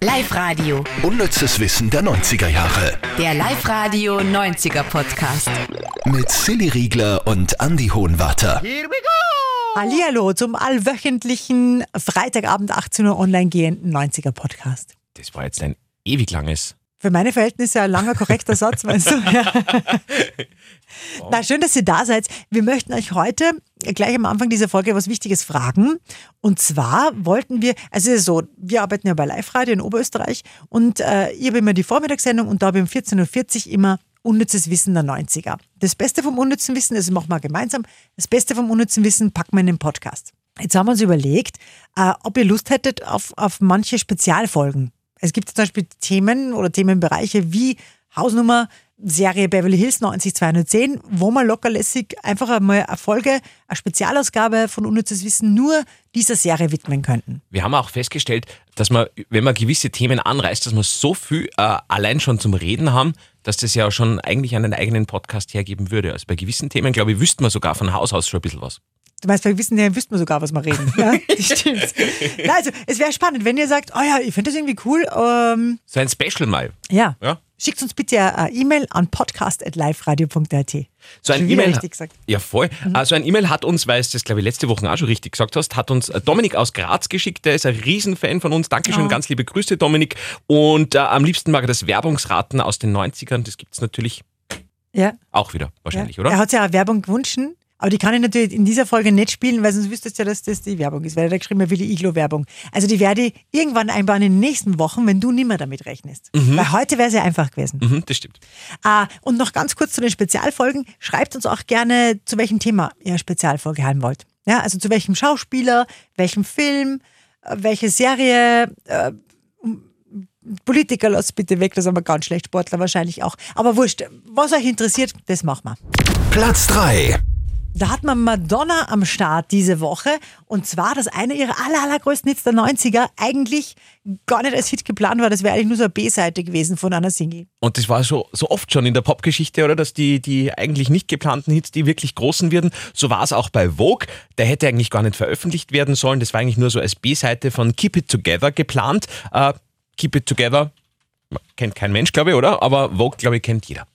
Live-Radio. Unnützes Wissen der 90er Jahre. Der Live-Radio 90er Podcast. Mit Silly Riegler und Andi Hohenwarter. Hallihallo zum allwöchentlichen Freitagabend 18 Uhr online gehenden 90er Podcast. Das war jetzt ein ewig langes. Für meine Verhältnisse ein langer, korrekter Satz, meinst du? Ja. Wow. Na, schön, dass ihr da seid. Wir möchten euch heute gleich am Anfang dieser Folge was Wichtiges fragen. Und zwar wollten wir, also es ist so, wir arbeiten ja bei Live-Radio in Oberösterreich und ich habe immer die Vormittagssendung und da habe ich um 14.40 Uhr immer unnützes Wissen der 90er. Das Beste vom unnützen Wissen, das machen wir gemeinsam, das Beste vom unnützen Wissen packen wir in den Podcast. Jetzt haben wir uns überlegt, ob ihr Lust hättet auf manche Spezialfolgen. Es gibt zum Beispiel Themen oder Themenbereiche wie Hausnummer, Serie Beverly Hills 90210, wo man lockerlässig einfach einmal eine Folge, eine Spezialausgabe von unnützes Wissen nur dieser Serie widmen könnten. Wir haben auch festgestellt, dass man, wenn man gewisse Themen anreißt, dass wir so viel allein schon zum Reden haben, dass das ja schon eigentlich einen eigenen Podcast hergeben würde. Also bei gewissen Themen, glaube ich, wüssten wir sogar von Haus aus schon ein bisschen was. Du meinst, bei gewissen Themen wüssten wir sogar, was wir reden. Ja, das stimmt. Na, also, es wäre spannend, wenn ihr sagt, oh ja, ich finde das irgendwie cool. So ein Special mal. Ja. Ja. Schickt uns bitte eine E-Mail an podcast@liveradio.at. So ein Schon wieder E-Mail. richtig gesagt. Ja, voll. Also ein E-Mail hat uns, weil es das, glaube ich, letzte Woche auch schon richtig gesagt hast, hat uns Dominik aus Graz geschickt. Der ist ein Riesenfan von uns. Dankeschön, ganz liebe Grüße, Dominik. Und am liebsten mag er das Werbungsraten aus den 90ern. Das gibt es natürlich auch wieder, wahrscheinlich, oder? Er hat ja auch Werbung gewünscht, aber die kann ich natürlich in dieser Folge nicht spielen, weil sonst wüsstest du ja, dass das die Werbung ist, weil er da geschrieben hat, wie die Iglo-Werbung. Also die werde ich irgendwann einbauen in den nächsten Wochen, wenn du nicht mehr damit rechnest. Weil heute wäre es ja einfach gewesen. Mhm, das stimmt. Und noch ganz kurz zu den Spezialfolgen. Schreibt uns auch gerne, zu welchem Thema ihr eine Spezialfolge haben wollt. Ja, also zu welchem Schauspieler, welchem Film, welche Serie, Politiker lasst bitte weg, das ist aber ganz schlecht, Sportler wahrscheinlich auch. Aber wurscht, was euch interessiert, das machen wir. Platz 3. Da hat man Madonna am Start diese Woche und zwar, dass einer ihrer allergrößten Hits der 90er eigentlich gar nicht als Hit geplant war. Das wäre eigentlich nur so eine B-Seite gewesen von einer Single. Und das war so oft schon in der Popgeschichte, oder? Dass die eigentlich nicht geplanten Hits, die wirklich großen werden. So war es auch bei Vogue. Der hätte eigentlich gar nicht veröffentlicht werden sollen. Das war eigentlich nur so als B-Seite von Keep It Together geplant. Keep It Together kennt kein Mensch, glaube ich, oder? Aber Vogue, glaube ich, kennt jeder.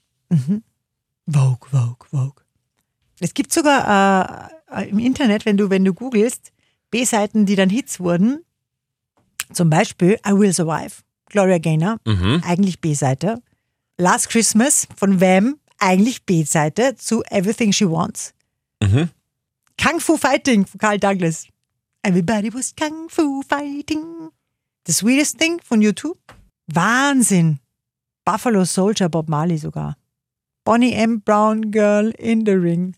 Vogue. Es gibt sogar im Internet, wenn du googelst, B-Seiten, die dann Hits wurden. Zum Beispiel I Will Survive, Gloria Gaynor, eigentlich B-Seite. Last Christmas von Wham, eigentlich B-Seite zu Everything She Wants. Kung Fu Fighting von Carl Douglas. Everybody was Kung Fu Fighting. The Sweetest Thing von U2. Wahnsinn. Buffalo Soldier, Bob Marley sogar. Bonnie M. Brown Girl in the Ring.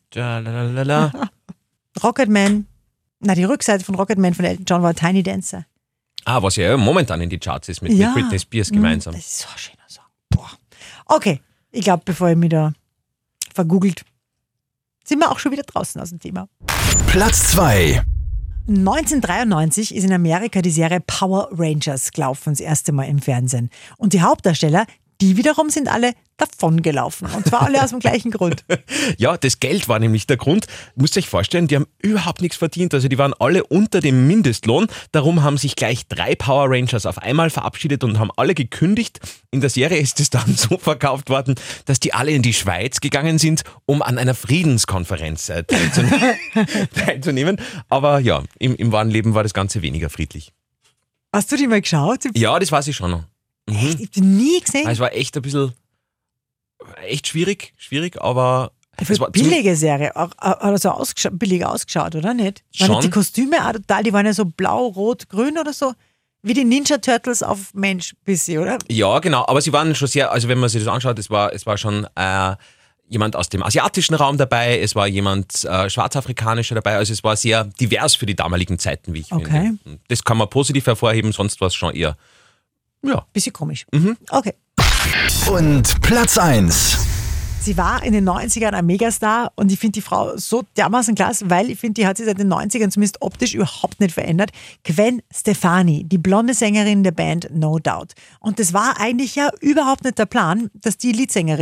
Rocketman. Na, die Rückseite von Rocketman von Elton John war Tiny Dancer. Was ja momentan in die Charts ist mit Britney Spears gemeinsam. Das ist so ein schöner Song. Boah. Okay, ich glaube, bevor ihr mich da vergoogelt, sind wir auch schon wieder draußen aus dem Thema. Platz 2. 1993 ist in Amerika die Serie Power Rangers gelaufen, das erste Mal im Fernsehen. Und die Hauptdarsteller, die wiederum sind alle davongelaufen. Und zwar alle aus dem gleichen Grund. Ja, das Geld war nämlich der Grund. Müsst ihr euch vorstellen, die haben überhaupt nichts verdient. Also die waren alle unter dem Mindestlohn. Darum haben sich gleich 3 Power Rangers auf einmal verabschiedet und haben alle gekündigt. In der Serie ist es dann so verkauft worden, dass die alle in die Schweiz gegangen sind, um an einer Friedenskonferenz teilzunehmen. Aber ja, im wahren Leben war das Ganze weniger friedlich. Hast du die mal geschaut? Ja, das weiß ich schon noch. Echt? Ich hab die nie gesehen. Es war echt ein bisschen schwierig, aber Für billige Serie. Hat er so billig ausgeschaut, oder nicht? Waren Schon. nicht die Kostüme auch total, die waren ja so blau, rot, grün oder so? Wie die Ninja Turtles auf Mensch, bisschen, oder? Ja, genau, aber sie waren schon sehr, also wenn man sich das anschaut, es war schon jemand aus dem asiatischen Raum dabei, es war jemand schwarzafrikanischer dabei, also es war sehr divers für die damaligen Zeiten, wie ich finde. Das kann man positiv hervorheben, sonst war es schon eher, ja. Bisschen komisch. Okay. Und Platz 1. Sie war in den 90ern ein Megastar und ich finde die Frau so dermaßen klasse, weil ich finde, die hat sich seit den 90ern zumindest optisch überhaupt nicht verändert. Gwen Stefani, die blonde Sängerin der Band No Doubt. Und das war eigentlich ja überhaupt nicht der Plan, dass die Leadsängerin wird.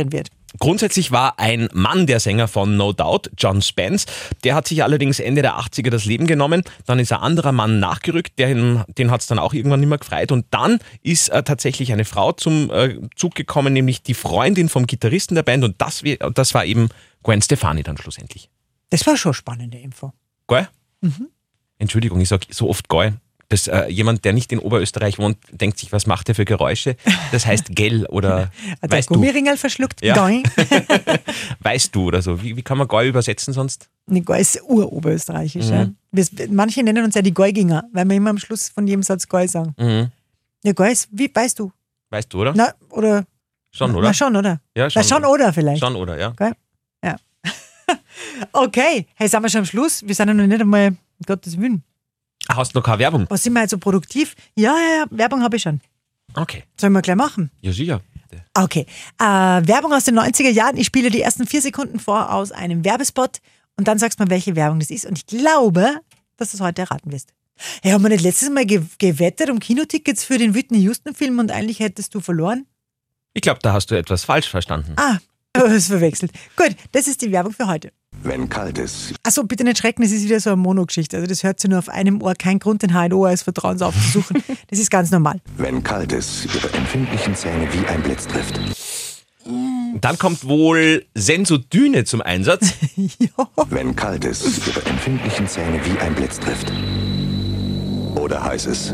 Grundsätzlich war ein Mann der Sänger von No Doubt, John Spence. Der hat sich allerdings Ende der 80er das Leben genommen. Dann ist ein anderer Mann nachgerückt, den hat es dann auch irgendwann nicht mehr gefreut. Und dann ist tatsächlich eine Frau zum Zug gekommen, nämlich die Freundin vom Gitarristen der Band. Und das war eben Gwen Stefani dann schlussendlich. Das war schon spannende Info. Geil? Entschuldigung, ich sage so oft geil. Dass jemand, der nicht in Oberösterreich wohnt, denkt sich, was macht der für Geräusche? Das heißt gell oder Hat der weißt du. Gummiringel verschluckt? Ja. Geil. Weißt du oder so. Wie kann man geil übersetzen sonst? Nee, Geil ist uroberösterreichisch. Ja. Manche nennen uns ja die Geuginger, weil wir immer am Schluss von jedem Satz Geil sagen. Ja, Geil ist, wie weißt du? Weißt du, oder? Na, oder? Schon, oder? Na, schon, oder? Ja, Na, schon oder vielleicht. Schon, oder, ja. Geil? Ja. Okay, hey, sind wir schon am Schluss? Wir sind ja noch nicht einmal, um Gottes Willen. Hast du noch keine Werbung? Was sind wir jetzt so produktiv? Ja, Werbung habe ich schon. Okay. Sollen wir gleich machen? Ja, sicher. Okay. Werbung aus den 90er Jahren. Ich spiele die ersten 4 Sekunden vor aus einem Werbespot und dann sagst du mal, welche Werbung das ist. Und ich glaube, dass du es heute erraten wirst. Hey, haben wir nicht letztes Mal gewettet um Kinotickets für den Whitney Houston-Film und eigentlich hättest du verloren? Ich glaube, da hast du etwas falsch verstanden. Das verwechselt. Gut, das ist die Werbung für heute. Wenn kalt ist, Achso, bitte nicht schrecken, das ist wieder so eine Mono-Geschichte. Also das hört sich nur auf einem Ohr. Kein Grund, den HNO als Vertrauens aufzusuchen. Das ist ganz normal. wenn kalt ist, Ihre empfindlichen Zähne wie ein Blitz trifft. Dann kommt wohl Sensodyne zum Einsatz. Wenn kalt ist, Ihre empfindlichen Zähne wie ein Blitz trifft. Oder heiß es.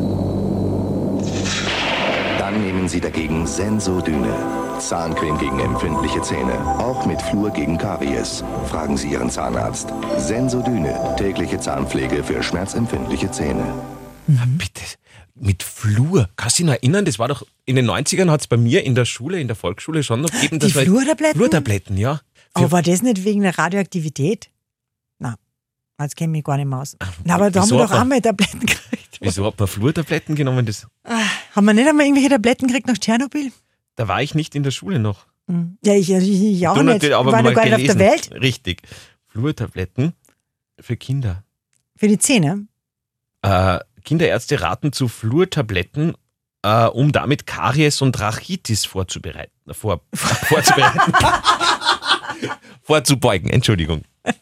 Dann nehmen Sie dagegen Sensodyne. Zahncreme gegen empfindliche Zähne. Auch mit Fluor gegen Karies. Fragen Sie Ihren Zahnarzt. Sensodyne. Tägliche Zahnpflege für schmerzempfindliche Zähne. Bitte, mit Fluor. Kannst du dich noch erinnern? Das war doch, in den 90ern hat es bei mir in der Schule, in der Volksschule schon noch gegeben. Die Fluortabletten? Fluortabletten, ja. Aber war das nicht wegen der Radioaktivität? Na, jetzt kenne ich mich gar nicht mehr aus. Na, aber da haben Wieso wir doch aber? auch mal Tabletten gekriegt. Wieso hat man Fluortabletten genommen? Haben wir nicht einmal irgendwelche Tabletten gekriegt nach Tschernobyl? Da war ich nicht in der Schule noch. Ja, ich auch Du nicht. natürlich, Ich aber war noch mal gar nicht auf der gelesen. Welt. Richtig. Fluortabletten für Kinder. Für die Zähne. Kinderärzte raten zu Fluortabletten, um damit Karies und Rachitis vorzubereiten. Vorzubeugen, Entschuldigung.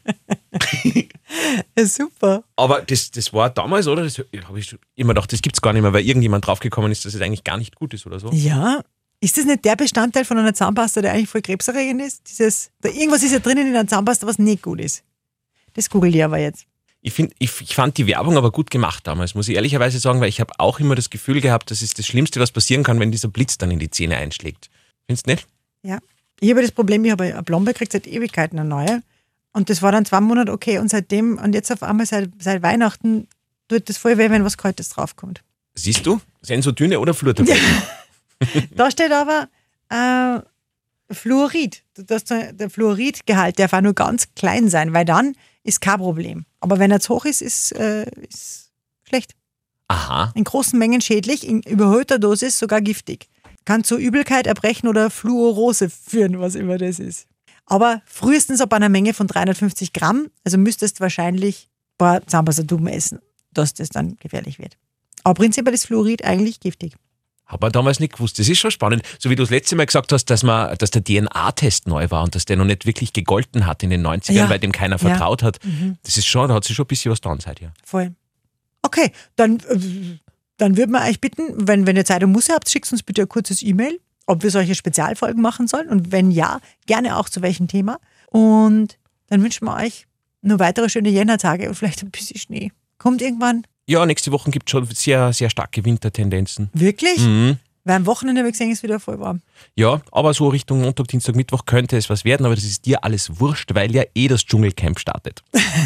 Ja, super. Aber das war damals, oder? Das habe ich immer gedacht, das gibt es gar nicht mehr, weil irgendjemand draufgekommen ist, dass es eigentlich gar nicht gut ist oder so. Ja. Ist das nicht der Bestandteil von einer Zahnpasta, der eigentlich voll krebserregend ist? Irgendwas ist ja drinnen in einer Zahnpasta, was nicht gut ist. Das google ich aber jetzt. Ich fand die Werbung aber gut gemacht damals, muss ich ehrlicherweise sagen, weil ich habe auch immer das Gefühl gehabt, das ist das Schlimmste, was passieren kann, wenn dieser Blitz dann in die Zähne einschlägt. Findest du nicht? Ja. Ich habe das Problem, ich habe eine Plombe gekriegt seit Ewigkeiten, eine neue. Und das war dann 2 Monate okay. Und seitdem, und jetzt auf einmal seit Weihnachten, tut das voll weh, wenn was Kaltes draufkommt. Siehst du? Sensodyne oder Fluortabletten? Da steht aber Fluorid. Der Fluoridgehalt darf auch nur ganz klein sein, weil dann ist kein Problem. Aber wenn er zu hoch ist, ist schlecht. Aha. In großen Mengen schädlich, in überhöhter Dosis sogar giftig. Kann zu Übelkeit, Erbrechen oder Fluorose führen, was immer das ist. Aber frühestens ab einer Menge von 350 Gramm, also müsstest du wahrscheinlich ein paar Zahnpastatuben essen, dass das dann gefährlich wird. Aber prinzipiell ist Fluorid eigentlich giftig. Habe ich damals nicht gewusst. Das ist schon spannend. So wie du das letzte Mal gesagt hast, dass der DNA-Test neu war und dass der noch nicht wirklich gegolten hat in den 90ern, Ja. weil dem keiner vertraut hat. Das ist schon, da hat sich schon ein bisschen was dran seit, ja. Voll. Okay, dann würden wir euch bitten, wenn ihr Zeit und Muße habt, schickt uns bitte ein kurzes E-Mail, ob wir solche Spezialfolgen machen sollen. Und wenn ja, gerne auch zu welchem Thema. Und dann wünschen wir euch nur weitere schöne Jännertage und vielleicht ein bisschen Schnee. Kommt irgendwann? Ja, nächste Woche gibt es schon sehr, sehr starke Wintertendenzen. Wirklich? Mhm. Weil am Wochenende habe ich gesehen, ist wieder voll warm. Ja, aber so Richtung Montag, Dienstag, Mittwoch könnte es was werden, aber das ist dir alles wurscht, weil ja das Dschungelcamp startet.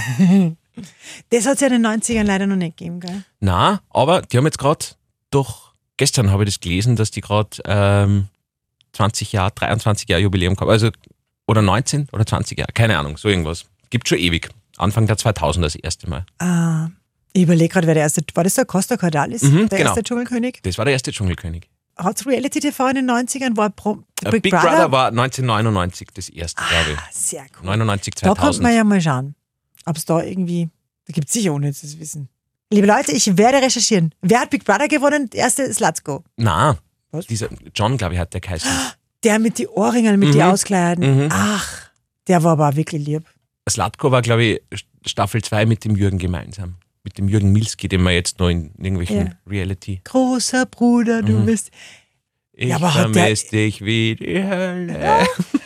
Das hat es ja in den 90ern leider noch nicht gegeben, gell? Na, aber die haben jetzt gerade, doch gestern habe ich das gelesen, dass die gerade 23 Jahre Jubiläum gehabt, also oder 19 oder 20 Jahre, keine Ahnung, so irgendwas. Gibt schon ewig. Anfang der 2000er das erste Mal. Ich überlege gerade, wer der erste, war das der Costa Cordalis, der genau. erste Dschungelkönig? Das war der erste Dschungelkönig. Hat es Reality-TV in den 90ern? War Big Brother war 1999 das erste, glaube ich. Sehr cool. 99, Da 2000. könnte man ja mal schauen, ob es da irgendwie, da gibt es sicher ohne jetzt das Wissen. Liebe Leute, ich werde recherchieren. Wer hat Big Brother gewonnen? Der erste ist Let's Go. Na, Was? dieser John, glaube ich, hat der geheißen. Der mit die Ohrringeln, mit die Auskleiden. Ach, der war aber auch wirklich lieb. Zlatko war, glaube ich, Staffel 2 mit dem Jürgen gemeinsam. Mit dem Jürgen Milski, den man jetzt noch in irgendwelchen Reality. Großer Bruder, du bist... Ich aber vermisse dich wie die Hölle.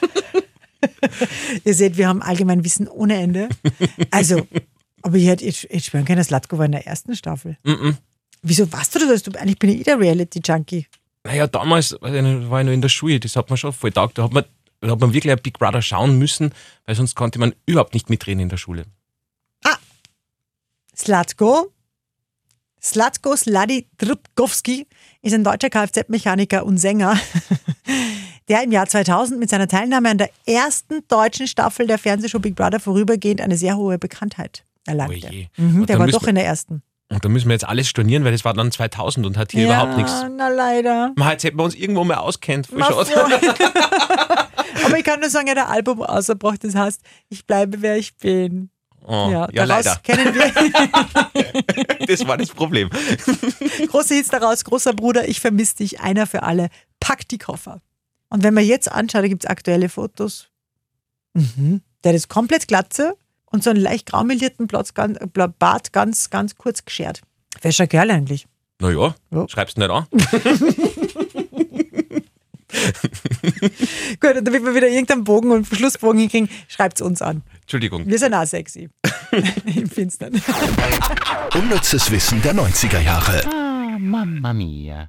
Ihr seht, wir haben allgemein Wissen ohne Ende. Also, aber ich hätte schwören können, Zlatko war in der ersten Staffel. Wieso warst du das? Eigentlich bin ich der Reality-Junkie. Naja, damals war ich noch in der Schule, das hat man schon voll taugt. Da hat man wirklich ein Big Brother schauen müssen, weil sonst konnte man überhaupt nicht mitreden in der Schule. Zlatko Sladi Drubkowski ist ein deutscher Kfz-Mechaniker und Sänger, der im Jahr 2000 mit seiner Teilnahme an der ersten deutschen Staffel der Fernsehshow Big Brother vorübergehend eine sehr hohe Bekanntheit erlangte. Oje. Der war doch in der ersten. Und da müssen wir jetzt alles stornieren, weil das war dann 2000 und hat hier überhaupt nichts. Na leider. Jetzt hätten wir uns irgendwo mal auskennt. Voll Na, schade. Aber ich kann nur sagen, er hat ein Album ausgebracht, das heißt, ich bleibe, wer ich bin. Oh, ja, daraus leider. kennen wir Das war das Problem. große Hits daraus, großer Bruder, ich vermisse dich, einer für alle, pack die Koffer. Und wenn man jetzt anschaut, da gibt es aktuelle Fotos. Der ist komplett glatze und so einen leicht graumelierten Bart ganz kurz geschert. Welcher Kerl eigentlich? Naja, Ja. schreib's nicht an. Gut, und damit wir wieder irgendeinen Bogen und Schlussbogen hinkriegen, schreibt es uns an. Entschuldigung. Wir sind auch sexy. Im Finstern. Unnützes Wissen der 90er Jahre. Mamma mia.